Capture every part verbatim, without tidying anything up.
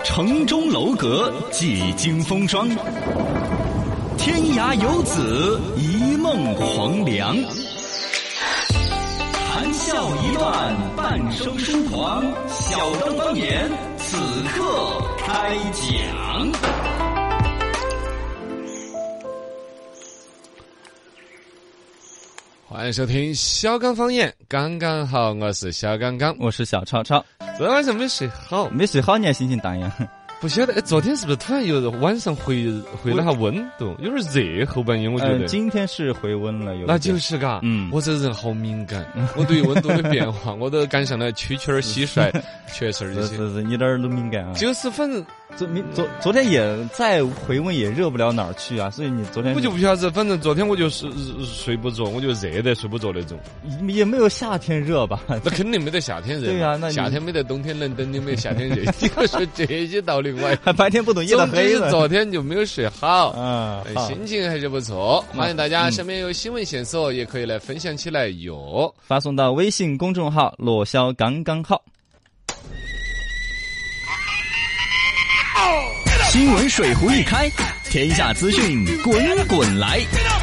城中楼阁几经风霜，天涯游子一梦黄粱。谈笑一段半生疏狂，小刚方言此刻开讲。 欢迎收听小刚方言，刚刚好，我是小刚刚， 我是小超超。 昨天晚上没睡好， 没睡好你还心情荡漾？ 不晓得，昨天是不是突然有晚上回回了下温度，有点热，后半夜我觉得。 呃、今天是回温了，有那就是嘎， 嗯， 我这人好敏感，我对于温度的变化，我都赶上了蛐蛐儿蟋蟀、确实这些。 是是，你点儿都敏感啊。 就是反正。 昨明昨昨天也再回温也热不了哪儿去啊，所以你昨天我就不晓得，反正昨天我就是睡不着，我就热得睡不着那种。 也没有夏天热吧？ 那肯定没得夏天热。 对啊，那夏天没得冬天冷，冬天没得夏天热。你要说这些道理外， 白天不懂夜的黑了。 昨天就没有睡好， 嗯， 心情还是不错。欢迎大家身边有新闻线索，也可以来分享起来哟。 发送到微信公众号罗霄刚刚好。 新闻水壶一开，天下资讯滚滚来。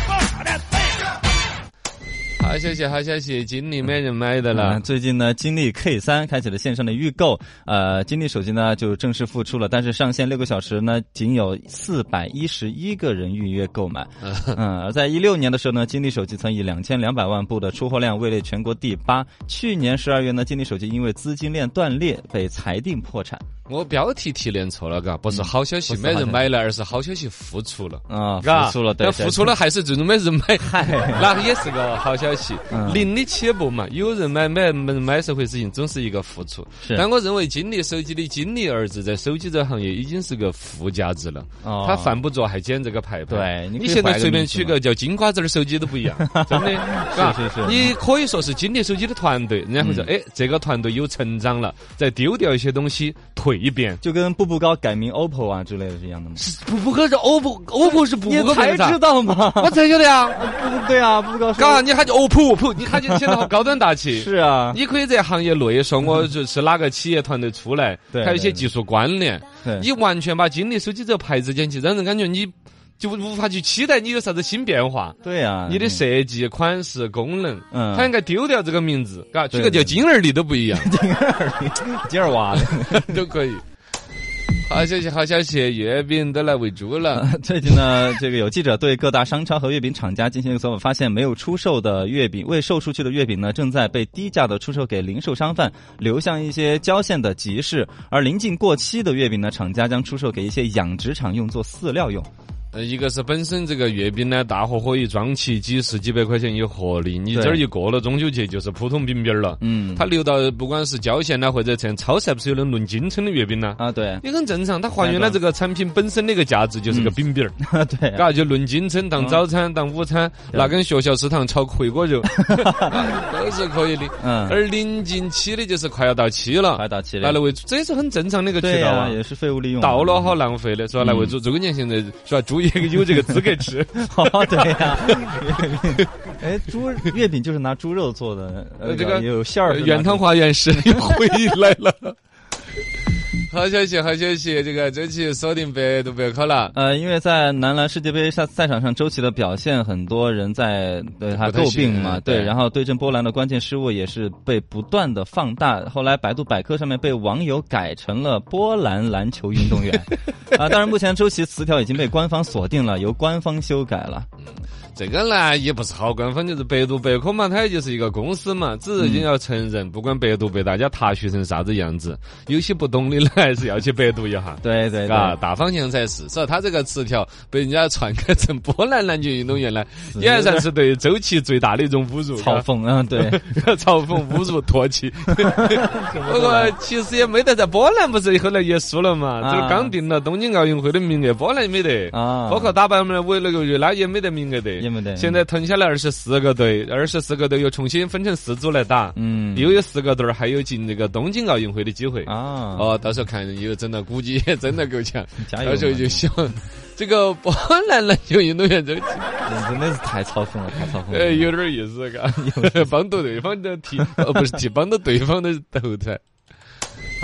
好消息，好消息！金立没人买的了。 嗯、最近呢，金立 K 三开启了线上的预购，呃，金立手机呢就正式复出了，但是上线六个小时呢，仅有四百一十一个人预约购买。嗯，而在一六年的时候呢，金立手机曾以两千两百万部的出货量位列全国第八。去年十二月呢，金立手机因为资金链断裂被裁定破产。 我标题提炼错了，嘎，不是好消息没人买了，而是好消息复出了啊，复出了，对， 复出了还是最终没人买，那也是个好消息。 嗯、 零的起步嘛，有人买没人买是回事情，总是一个付出。但我认为金立手机的金立二字在手机这行业已经是个附加值了， 哦、 它犯不着还捡这个牌牌。 对， 你现在随便取个叫金瓜子的手机都不一样，真的， 是是是。 你可以说是金立手机的团队，人家会说，哎、嗯，这个团队有成长了，再丢掉一些东西，蜕变， 就跟步步高改名 O P P O 啊之类的是一样的吗？ 步步高是 O P P O P P O 是步步高， 你才知道吗？ 我才晓得呀。 对啊，步步高是。 嘎，你喊叫 O P P O， 你看就显得好高端大气。 是啊， 你可以在行业内说我就是哪个企业团队出来，还有一些技术关联。你完全把金立手机这个牌子捡起，让人感觉你就无法去期待你有啥子新变化。 对啊， 你的设计、款式、功能， 嗯， 它应该丢掉这个名字，嘎，取个叫金儿力都不一样。 金儿力、金儿娃的都可以。好消息，好消息！月饼都来喂猪了。 呃、最近呢，这个有记者对各大商超和月饼厂家进行一个搜索，发现没有出售的月饼，未售出去的月饼呢，正在被低价的出售给零售商贩，流向一些郊县的集市。而临近过期的月饼呢，厂家将出售给一些养殖场用作饲料用。 呃，一个是本身这个月饼呢，大盒盒一装起几十几百块钱一盒的，你这儿一过了中秋节就是普通饼饼了。 嗯， 它流到不管是郊县呢，或者像超市，不是有那论斤称的月饼呢？ 啊，对， 也很正常。它还原了这个产品本身的一个价值，就是个饼饼。 嗯、对、啊， 嘎就论斤称，当早餐、当午餐，那跟学校食堂炒回锅肉都是可以的。 嗯， 而临近期的就是快要到期了， 快到期了， 来了为主，这也是很正常的一个渠道啊， 也是废物利用。 到了好浪费的，是吧？来为主，这个年现在是吧？猪也有这个资格吃。 哦，对呀、啊。哎，猪月饼就是拿猪肉做的，呃，这个有馅儿。 原汤化原食又回来了。好消息，好消息！这个周琦锁定百度百科了。 呃，因为在男篮世界杯赛赛场上，周琦的表现，很多人在对他诟病嘛，对，然后对阵波兰的关键失误也是被不断的放大。后来百度百科上面被网友改成了波兰篮球运动员。啊，当然目前周琦词条已经被官方锁定了，由官方修改了。 这个呢也不是好官方，就是百度百科嘛，它也就是一个公司嘛，只是你要承认，不管百度被大家踏取成啥子样子，有些不懂的呢还是要去百度一下。 对对对， 啊，大方向才是。所以他这个词条被人家篡改成波兰篮球运动员呢，也还算是对周琦最大的一种侮辱。 嘲讽啊，对， 嘲讽、侮辱、唾弃。不过其实也没得，在波兰不是后来也输了嘛，啊、就是刚定了东京奥运会的名额，波兰也没得啊， 包括打败了委那个瑞拉也没得名额的。现在腾下来二十四个队，二十四个队又重新分成四组来打， 嗯， 又有四个队还有进那个东京奥运会的机会啊！ 哦，到时候看又真的估计也真的够强， 加油！ 到时候就想这个波兰篮球运动员，这真的是太嘲讽了，太嘲讽了， 呃，有点意思，嘎，帮到对方的踢，哦，不是踢，帮到对方的头彩。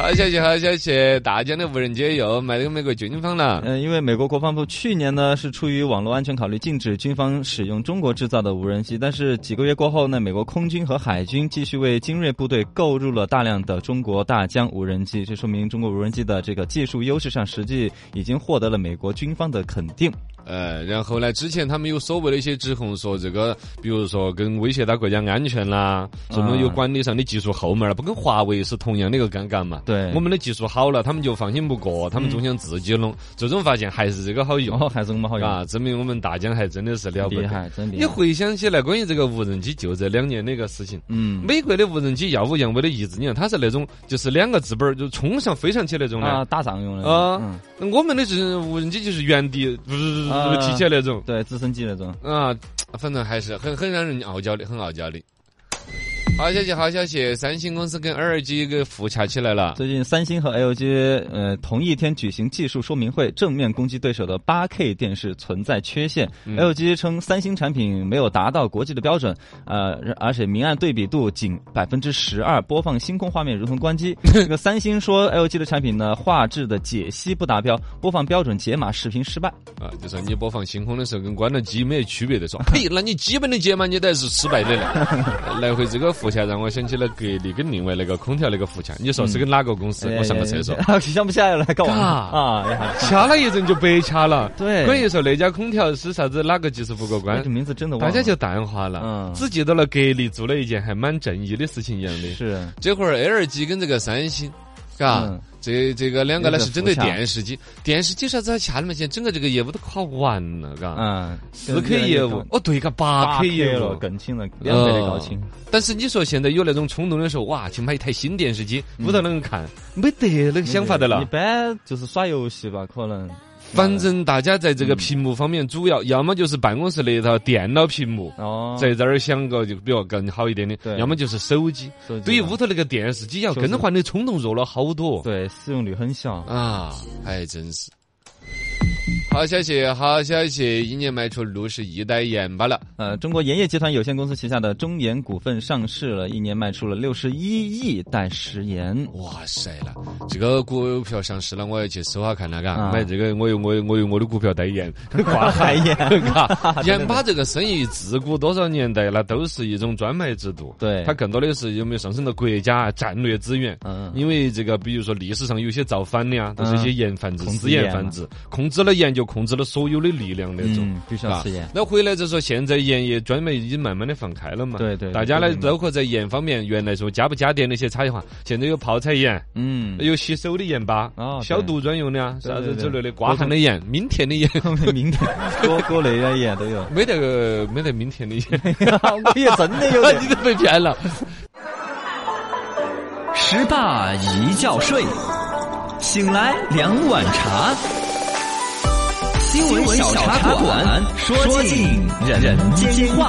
好消息，好消息！大疆的无人机又卖给美国军方了。 嗯、呃，因为美国国防部去年呢是出于网络安全考虑，禁止军方使用中国制造的无人机。但是几个月过后呢，美国空军和海军继续为精锐部队购入了大量的中国大疆无人机，这说明中国无人机的这个技术优势上，实际已经获得了美国军方的肯定。 呃，然后呢，之前他们有所谓的一些指控，说这个，比如说跟威胁到国家安全啦，什么有管理上的技术后门了，不跟华为是同样的一个杠杆嘛？ 对， 我们的技术好了，他们就放心不过，他们总想自己弄，最终发现还是这个好用， 哦，还是我们好用啊，证明我们大疆还真的是了不得， 厉害，真厉害。 你回想起来，关于这个无人机，就这两年那个事情， 嗯， 美国的无人机耀武扬威的意志，你看它是那种就是两个字本就冲上飞上去那种的啊，打仗用的啊， 嗯、 我们的是无人机就是原地啊提起来那种。 对，直升机那种啊，反正还是很很让人傲娇的，很傲娇的。好消息，好消息！三星公司跟 L G 给互掐起来了。 最近，三星和 L G 呃同一天举行技术说明会，正面攻击对手的 八K 电视存在缺陷。嗯、L G 称三星产品没有达到国际的标准，呃，而且明暗对比度仅百分之十二，播放星空画面如同关机。这个三星说 L G 的产品呢，画质的解析不达标，播放标准解码视频失败。 啊，就说你播放星空的时候跟关了机没区别的说，嘿，那你基本的解码你得是失败的了。来回这个互掐让我想起了格力跟另外那个空调那个互掐，你说是跟哪个公司？嗯、我上个厕所， 想不起来了，搞忘了啊！ 掐了一阵就白掐了。 对， 关于说那家空调是啥子哪个技术不过关， 这名字真的忘了， 大家就淡化了，嗯，只记得了格力做了一件还蛮正义的事情一样的。 是， 这会儿 L G 跟这个三星，嘎。嗯这这个两个呢是针对电视机，电视机啥子还掐了嘛？现在整个这个业务都垮完了，嘎。 嗯， 四 K 业务，哦对个八 K 业务更轻了，两倍的高清。 但是你说现在有那种冲动的时候，哇，去买一台新电视机，屋头能看，没得那个想法的了。 一般就是耍游戏吧，可能。 反正大家在这个屏幕方面，主要要么就是办公室那套电脑屏幕， 哦， 在这儿想个就比较更好一点的，要么就是手机。对于屋头那个电视机要更换的冲动弱了好多， 对，使用率很小啊，还真是。好消息，好消息！一年卖出六十亿袋盐巴了。 呃，中国盐业集团有限公司旗下的中盐股份上市了，一年卖出了六十一亿袋食盐。 哇塞了，这个股票上市了，我要去搜下看那个，啊、买这个我有我有我有我的股票代言， 挂海盐， 盐巴这个生意自古多少年代了，都是一种专卖制度。 对， 它更多的是有没有上升到国家战略资源。嗯，因为这个比如说历史上有些造反的呀，都是一些盐贩子、私盐贩子，控制了盐就控制了所有的力量那种， 嗯、必须要吃盐。 那回来就说现在盐业专门已经慢慢的放开了嘛， 对 对, 对， 大家呢包括在盐方面，原来说加不加点那些差异化，现在有泡菜盐，嗯，有洗手的盐巴，哦，消毒专用的啊，啥子之类的，刮汗的盐，腼腆的盐， 腼腆，各各类的盐都有， 没得个没得腼腆的盐， 我也真的有， 你都被骗了。 十大一觉睡，醒来两碗茶。新闻小茶馆，说尽人间话。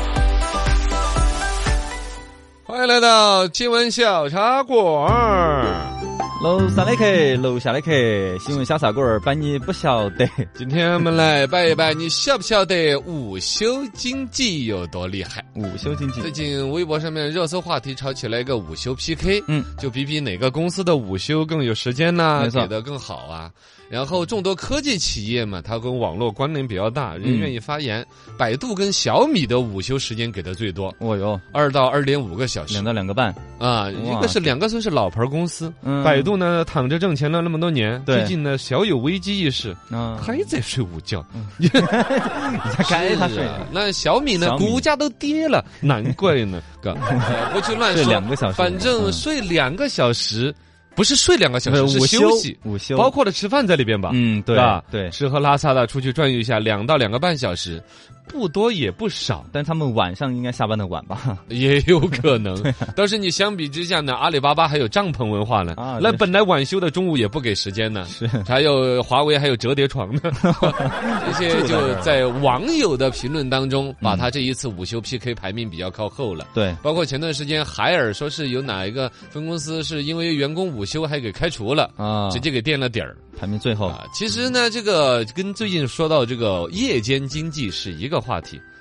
欢迎来到新闻小茶馆。 楼上的客，楼下的客，新闻小茶馆摆你不晓得。 今天我们来摆一摆，你晓不晓得午休经济有多厉害？ 午休经济， 最近微博上面热搜话题炒起来一个午休 P K， 嗯， 就比比哪个公司的午休更有时间呐、啊，给的更好啊。然后众多科技企业嘛，它跟网络关联比较大，人愿意发言。嗯、百度跟小米的午休时间给的最多， 哦哟， 二到二点五个小时， 两到两个半啊。一个是两个算是老牌公司，嗯、百度呢躺着挣钱了那么多年，最近呢小有危机意识，嗯、还在睡午觉。 你该他睡、 啊。那小米呢，米股价都跌了，难怪呢，哥，不去乱说。 两个小时， 反正睡两个小时。不是睡两个小时，是休息， 午休， 包括了吃饭在里边吧？ 嗯，对吧？ 对， 吃喝拉撒的出去转悠一下，两到两个半小时，不多也不少。 但他们晚上应该下班的晚吧？ 也有可能。但是你相比之下呢，阿里巴巴还有帐篷文化呢，啊、那本来晚休的中午也不给时间呢。 是， 还有华为还有折叠床呢。这些就在网友的评论当中，把他这一次午休 P K 排名比较靠后了。 对， 包括前段时间海尔说是有哪一个分公司是因为员工午休还给开除了啊，直接给垫了底儿， 排名最后。 啊，其实呢，这个跟最近说到这个夜间经济是一个话题。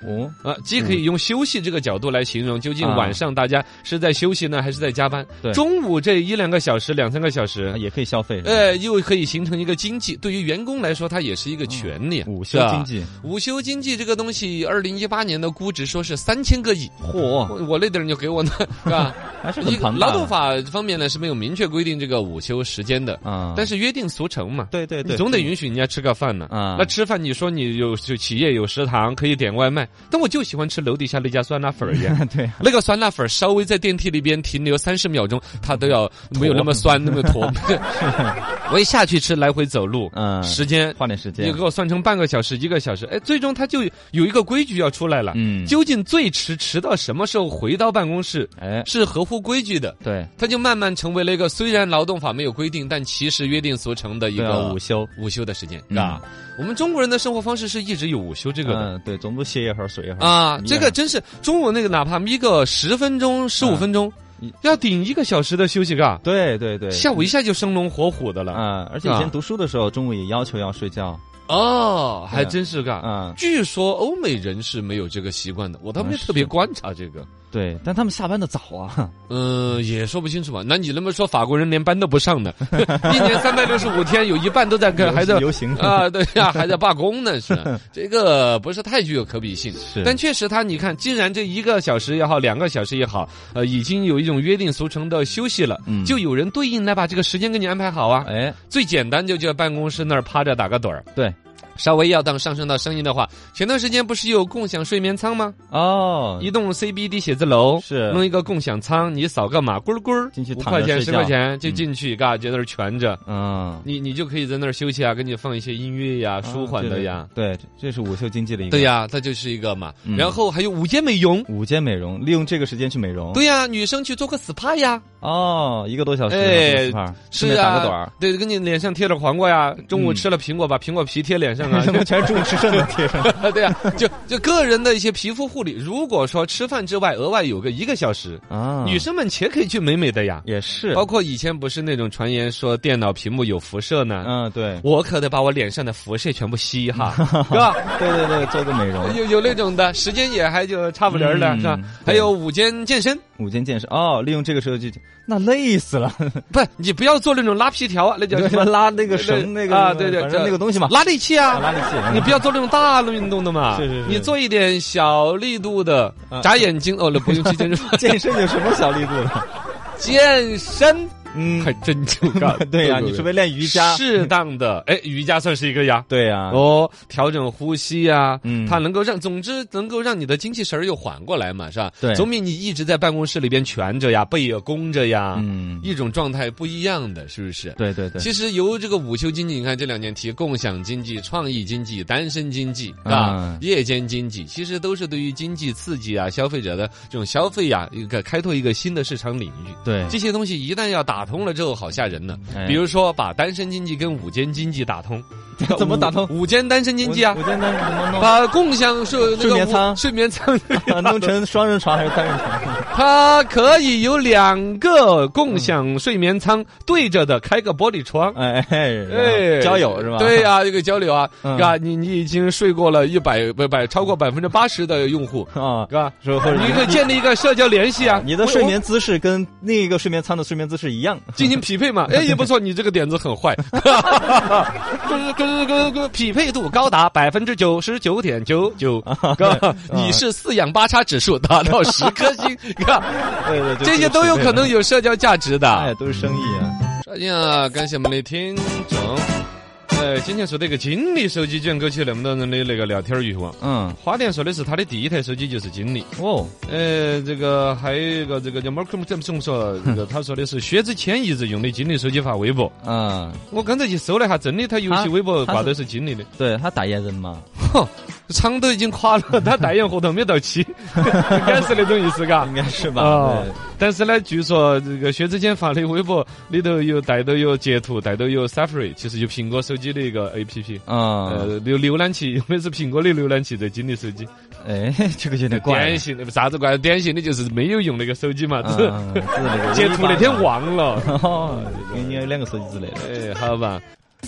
哦啊，既可以用休息这个角度来形容，究竟晚上大家是在休息呢，还是在加班？ 对， 中午这一两个小时、两三个小时也可以消费， 呃，又可以形成一个经济。对于员工来说，它也是一个权利。 午休经济， 午休经济这个东西，二零一八年的估值说是三千个亿。 嚯， 我我那点儿就给我呢，是吧？ 还是很庞大。 劳动法方面呢是没有明确规定这个午休时间的啊， 但是约定俗成嘛。 对对对， 你总得允许人家吃个饭呢。啊，那吃饭你说你有就企业有食堂可以点外卖，但我就喜欢吃楼底下那家酸辣粉儿呀。 对， 那个酸辣粉儿稍微在电梯里边停留三十秒钟，它都要没有那么酸那么坨。我一下去吃，来回走路，嗯，时间花点时间， 你给我算成半个小时、一个小时，哎，最终它就有一个规矩要出来了。嗯，究竟最迟迟到什么时候回到办公室，哎，是合乎规矩的。 对， 它就慢慢成为了一个虽然劳动法没有规定，但其实约定俗成的一个午休午休的时间，是吧？我们中国人的生活方式是一直有午休这个的。 嗯，对，中午歇一会儿，睡一会儿啊，这个真是中午那个哪怕眯个十分钟、十五分钟。要顶一个小时的休息，嘎？ 对对对， 下午一下就生龙活虎的了啊！而且以前读书的时候，中午也要求要睡觉。 哦，还真是嘎。嗯，据说欧美人是没有这个习惯的，我倒没特别观察这个。 对，但他们下班的早啊。 嗯，也说不清楚吧。那你那么说，法国人连班都不上的，一年三百六十五天，有一半都在跟还在游行啊，对呀，还在罢工呢，是这个不是太具有可比性。 是， 但确实他，你看，既然这一个小时也好，两个小时也好，呃，已经有一种约定俗成的休息了，嗯，就有人对应来把这个时间给你安排好啊。哎，最简单就在办公室那儿趴着打个盹儿。 对。 稍微要当上升到声音的话，前段时间不是有共享睡眠舱吗？ 哦， 一栋 C B D 写字楼是弄一个共享舱，你扫个码，咕咕进去， 五块钱十块钱就进去，嘎，就在那儿蜷着，嗯，你你就可以在那儿休息啊，给你放一些音乐呀，舒缓的呀， 对，这是午休经济的一个， 对呀，它就是一个嘛。然后还有午间美容， 午间美容，利用这个时间去美容， 对呀，女生去做个 S P A 呀， 哦，一个多小时， 哎，是啊， 打个盹， 对，给你脸上贴点黄瓜呀，中午吃了苹果，把苹果皮贴脸上啊， 什么全是中午吃剩的贴上， 对呀，就就个人的一些皮肤护理，如果说吃饭之外额外有个一个小时啊，女生们且可以去美美的呀， 也是， 包括以前不是那种传言说电脑屏幕有辐射呢， 嗯，对， 我可得把我脸上的辐射全部吸哈，是吧？ 对对对，做个美容， 有有那种的，时间也还就差不离儿了，是吧？还有午间健身， 午间健身哦，利用这个时候就那累死了， 不，你不要做那种拉皮条啊，那叫什么拉那个绳那个啊，对对， 反正那个东西嘛， 拉力器啊， 拉力器， 你不要做那种大的运动的嘛， 是是是， 你做一点小力度的，眨眼睛哦，那不用去健身， 健身有什么小力度的？ 健身。 嗯， 还真就干。 对呀、啊，你是不是练瑜伽？ 适当的，哎，瑜伽算是一个呀。 对呀、啊， 哦，调整呼吸呀、啊，嗯，它能够让，总之能够让你的精气神儿又缓过来嘛，是吧？ 对， 总比你一直在办公室里边蜷着呀、背也弓着呀，嗯，一种状态不一样的，是不是？ 对对对。 其实由这个午休经济，你看这两年提共享经济、创意经济、单身经济啊、嗯、夜间经济，其实都是对于经济刺激啊、消费者的这种消费呀、啊，一个开拓一个新的市场领域。 对， 这些东西一旦要打通了之后，好吓人呢。哎、比如说把单身经济跟午间经济打通， 怎么打通？ 午间单身经济啊， 午间单身怎么弄？ 把共享睡睡眠舱、 睡眠舱弄成双人床还是单人床？ 它可以有两个共享睡眠舱对着的，开个玻璃窗， 哎哎，交友是吧？ 对呀、啊，这个交流啊，嗯、啊，你你已经睡过了一百不百超过百分之八十的用户啊，是吧？说或者你可以建立一个社交联系啊， 你的睡眠姿势跟另一个睡眠舱的睡眠姿势一样， 进行匹配嘛？哎，也不错，你这个点子很坏，跟跟跟跟匹配度高达百分之九十九点九九，你是四氧八叉指数达到十颗星，看， 对对， 这些都有可能有社交价值的， 哎，都是生意啊。 首先啊，感谢我们的听众。呃，今天说的一个金立手机，居然勾起那么多人的那个聊天欲望。嗯，花店说的是他的第一台手机就是金立。哦，呃，这个还有一个这个叫 Mark 怎么说？这个他说的是薛之谦一直用的金立手机发微博。啊，我刚才去搜了一下，真的他游戏微博挂的是金立的。 对他代言人嘛。 哼，厂都已经垮了，他代言合同没到期，应该是那种意思，嘎？ 应该是吧？ 哦。但是呢，据说这个薛之谦发的微博里头有带都有截图，带都有 Safari， 其实就苹果手机的一个 A P P 啊，呃，浏浏览器，因为是苹果的浏览器在金立手机。 哎，这个有点怪。 典型的啥子怪？典型的就是没有用那个手机嘛，只是截图那天忘了。 哦，应该有两个手机之类的。哎，好吧。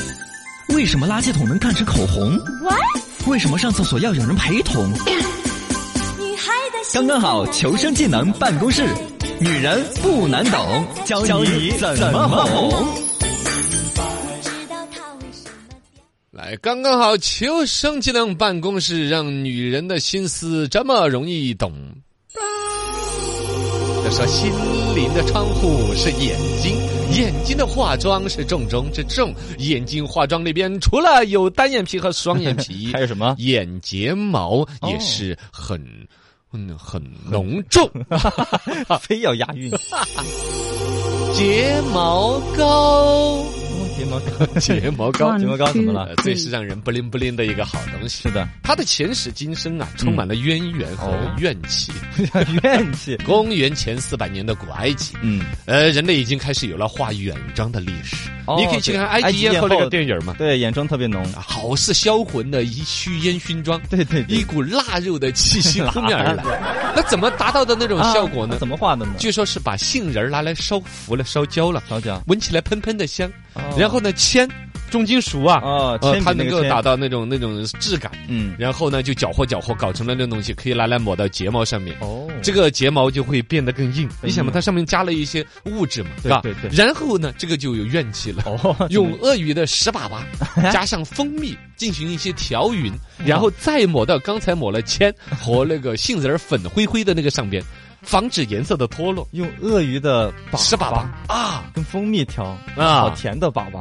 为什么垃圾桶能看成口红？ What？ 为什么上厕所要有人陪同？ 刚刚好求生技能办公室，女人不难懂，教你怎么哄。 来，刚刚好求生技能办公室，让女人的心思这么容易懂。他说心灵的窗户是眼睛，眼睛的化妆是重中之重。眼睛化妆里边除了有单眼皮和双眼皮， 还有什么？ 眼睫毛也是很、哦、嗯很浓重， 非要押韵。 睫毛膏。 睫毛膏， 睫毛膏， 睫毛膏怎么了？ 呃，最是让人不灵不灵的一个好东西。 是的， 它的前世今生啊，充满了渊源和怨气。 哦、怨气。 公元前四百年的古埃及，嗯，呃，人类已经开始有了化眼妆的历史。哦、你可以去看埃及艳后那个电影嘛， 对，眼妆特别浓， 好似销魂的一区烟熏妆， 对 对, 对， 一股腊肉的气息扑面而来。那怎么达到的那种效果呢？ 啊、怎么画的呢？ 据说是把杏仁拿来烧糊了、烧焦了， 烧焦， 闻起来喷喷的香。哦、然后呢，铅。重金属啊， 哦， 呃，它能够达到那种那种质感， 嗯， 然后呢就搅和搅和，搞成了那东西，可以拿来抹到睫毛上面， 哦， 这个睫毛就会变得更硬。你想嘛，它上面加了一些物质嘛， 对吧？对对。 然后呢，这个就有怨气了。 哦， 用鳄鱼的屎粑粑加上蜂蜜进行一些调匀，然后再抹到刚才抹了铅和那个杏仁粉灰灰的那个上边。防止颜色的脱落， 用鳄鱼的粑粑啊， 跟蜂蜜调啊， 好甜的粑粑。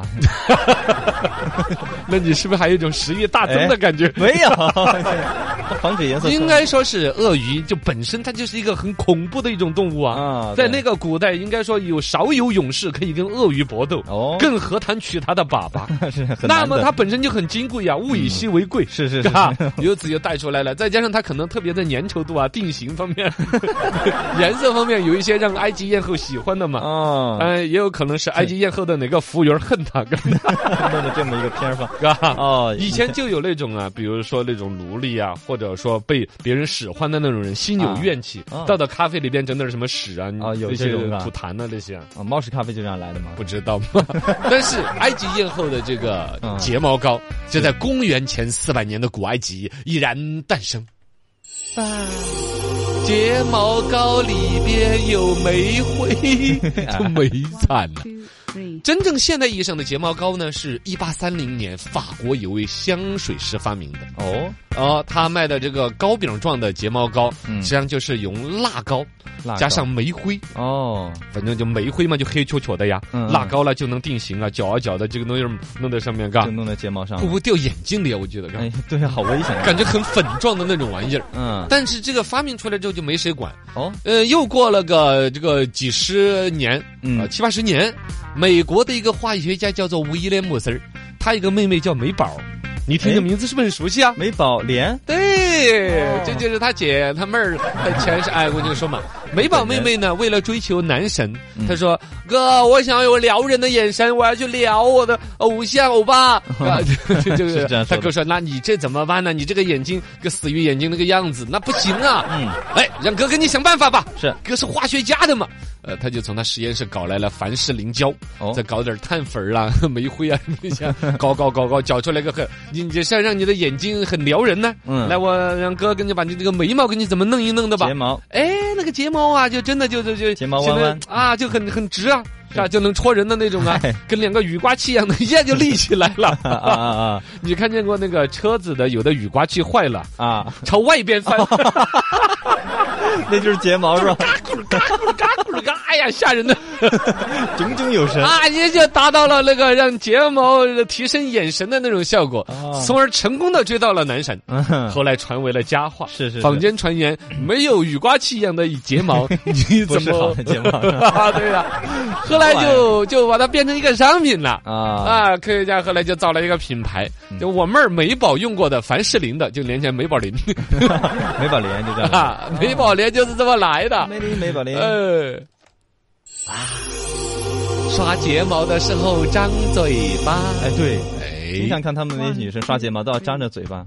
那你是不是还有一种食欲大增的感觉？ 哎、没有，防止颜色。 应该说是鳄鱼就本身它就是一个很恐怖的一种动物啊。 啊， 在那个古代，应该说有少有勇士可以跟鳄鱼搏斗， 哦， 更何谈取它的粑粑？ 是很那么它本身就很金贵啊，物以稀为贵， 嗯、是是是， 由此就带出来了。再加上它可能特别的粘稠度啊、定型方面。颜色方面有一些让埃及艳后喜欢的嘛， 哦， 呃，也有可能是埃及艳后的哪个服务员恨他，弄了这么一个偏方， 是吧？ 哦， 以前就有那种啊，比如说那种奴隶啊，或者说被别人使唤的那种人，心有怨气，啊、倒到咖啡里边整点什么屎啊， 啊，有这种吐痰啊这些啊， 猫屎咖啡就这样来的吗？ 不知道嘛。但是埃及艳后的这个睫毛膏，就在公元前四百年的古埃及依然诞生。啊睫毛膏里边有煤灰，就煤惨了。真正现代意义上的睫毛膏呢，是一八三零年法国有位香水师发明的。 哦， 哦，他卖的这个糕饼状的睫毛膏， 嗯、 实际上就是用蜡膏加上煤灰。 哦， 反正就煤灰嘛，就黑黢黢的呀。 嗯、 蜡膏了就能定型啊，搅啊搅的，这个东西弄在上面干， 就弄在睫毛上， 会不会掉眼睛里啊？我觉得， 哎，对啊，好危险， 感觉很粉状的那种玩意儿。 嗯， 但是这个发明出来之后就没谁管。 哦， 呃，又过了个这个几十年， 嗯、 呃，七八十年，美国的一个化学家叫做威廉姆斯，他一个妹妹叫美宝。你听这名字是不是很熟悉啊？ 美宝莲， 对，哦、这就是他姐他妹儿的前世。哎，我跟你说嘛，美宝妹妹呢，为了追求男神， 嗯、 她说：“哥，我想要有撩人的眼神，我要去撩我的偶像欧巴。啊”就是他哥说：“那你这怎么办呢？你这个眼睛个死鱼眼睛那个样子，那不行啊！ 嗯， 哎，让哥给你想办法吧。 是， 哥是化学家的嘛。”呃，他就从他实验室搞来了凡士林胶， 哦、 再搞点碳粉啊、煤灰啊，你想搞搞搞搞，搅出来个很，你这是让你的眼睛很撩人呢。 嗯， 来，我让哥给你把你这个眉毛给你怎么弄一弄的吧。 睫毛， 哎，那个睫毛啊，就真的就就就睫毛弯弯啊，就很很直啊。是吧？就能戳人的那种啊，跟两个雨刮器一样的，一下就立起来了。 啊啊啊！ 你看见过那个车子的有的雨刮器坏了啊， 朝外边翻， 那就是睫毛是吧？ 嘎咕嘎咕嘎咕嘎，哎呀，吓人的， 炯炯有神啊！也就达到了那个让睫毛提升眼神的那种效果，从而成功的追到了男神。后来传为了佳话， 是是坊间传言没有雨刮器一样的睫毛，你怎么好的睫毛？ 对呀，后来就就把它变成一个商品了啊啊！科学家后来就造了一个品牌，就我妹儿美宝用过的凡士林的，就连起来美宝林， 美宝莲就这样啊，美宝莲就是这么来的， 美丽美宝莲。 呃，啊，刷睫毛的时候张嘴巴， 哎对。 哎， 经常看他们那些女生刷睫毛都要张着嘴巴。 哦，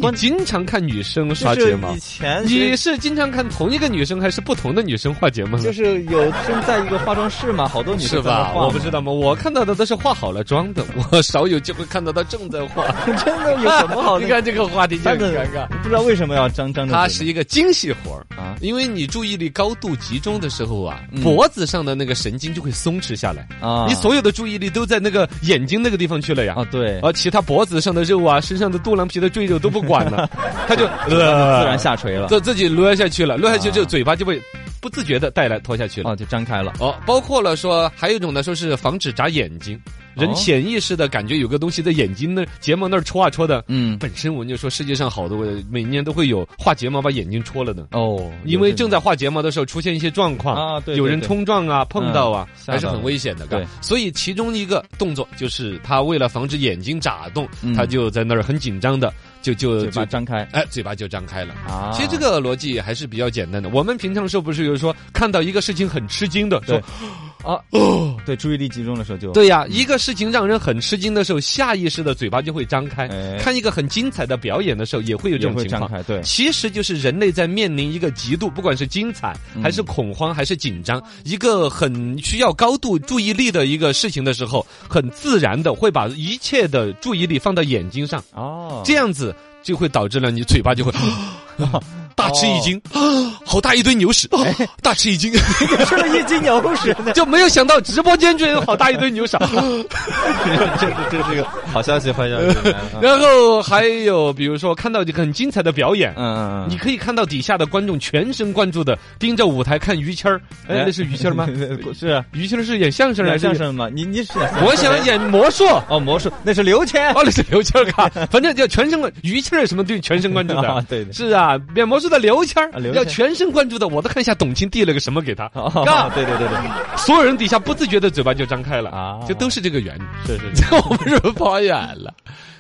你经常看女生刷睫毛？ 以前你是经常看同一个女生，还是不同的女生画睫毛？ 就是有正在一个化妆室嘛，好多女生是吧？我不知道吗？我看到的都是化好了妆的，我少有机会看到她正在画。 真的有什么好？ 你看这个话题就很尴尬， 不知道为什么要张张着。 它是一个精细活儿啊， 因为你注意力高度集中的时候啊， 嗯、 脖子上的那个神经就会松弛下来啊， 你所有的注意力都在那个眼睛那个地方去了呀。 啊，对， 而其他脖子上的肉啊，身上的肚腩皮的赘肉都不管了，他就自然下垂了， 自自己落下去了，落下去之后嘴巴就会不自觉的带来拖下去了， 哦，就张开了。 哦，包括了说还有一种呢，说是防止眨眼睛。人潜意识的感觉有个东西在眼睛那睫毛那儿戳啊戳的，嗯，本身我就说世界上好多每年都会有画睫毛把眼睛戳了的哦， 因为正在画睫毛的时候出现一些状况啊，对， 有人冲撞啊、碰到啊， 嗯、 还是很危险的。 对， 所以其中一个动作就是他为了防止眼睛眨动，嗯、他就在那儿很紧张的就就嘴巴张开， 哎，嘴巴就张开了啊。 其实这个逻辑还是比较简单的。我们平常时候不是有说看到一个事情很吃惊的说。 啊哦，对，注意力集中的时候就对呀，一个事情让人很吃惊的时候，下意识的嘴巴就会张开。 哎、 看一个很精彩的表演的时候，也会有这种情况。 对， 其实就是人类在面临一个极度，不管是精彩还是恐慌还是紧张，嗯、一个很需要高度注意力的一个事情的时候，很自然的会把一切的注意力放到眼睛上。 哦， 这样子就会导致了你嘴巴就会。大吃一惊，哦、好大一堆牛屎！哦、大吃一惊， 吃了一斤牛屎呢， 就没有想到直播间居然有好大一堆牛屎。 这这是一个好消息，坏消息。 然后还有比如说看到很精彩的表演， 嗯嗯嗯， 你可以看到底下的观众全神贯注的盯着舞台看于谦儿。哎，那是于谦儿吗？ 是于谦儿是演相声还是相声吗？你你是我想演魔术哦，魔术那是刘谦哦，那是刘谦儿卡，反正就全神贯于谦儿有什么对全神贯注的？ 啊、对， 是啊，演魔术的刘谦儿、 啊、 要全神贯注的，我都看一下董卿递了个什么给他， 啊，对对对对， 所有人底下不自觉的嘴巴就张开了啊， 就都是这个原理， 是是， 我们是不是跑远了？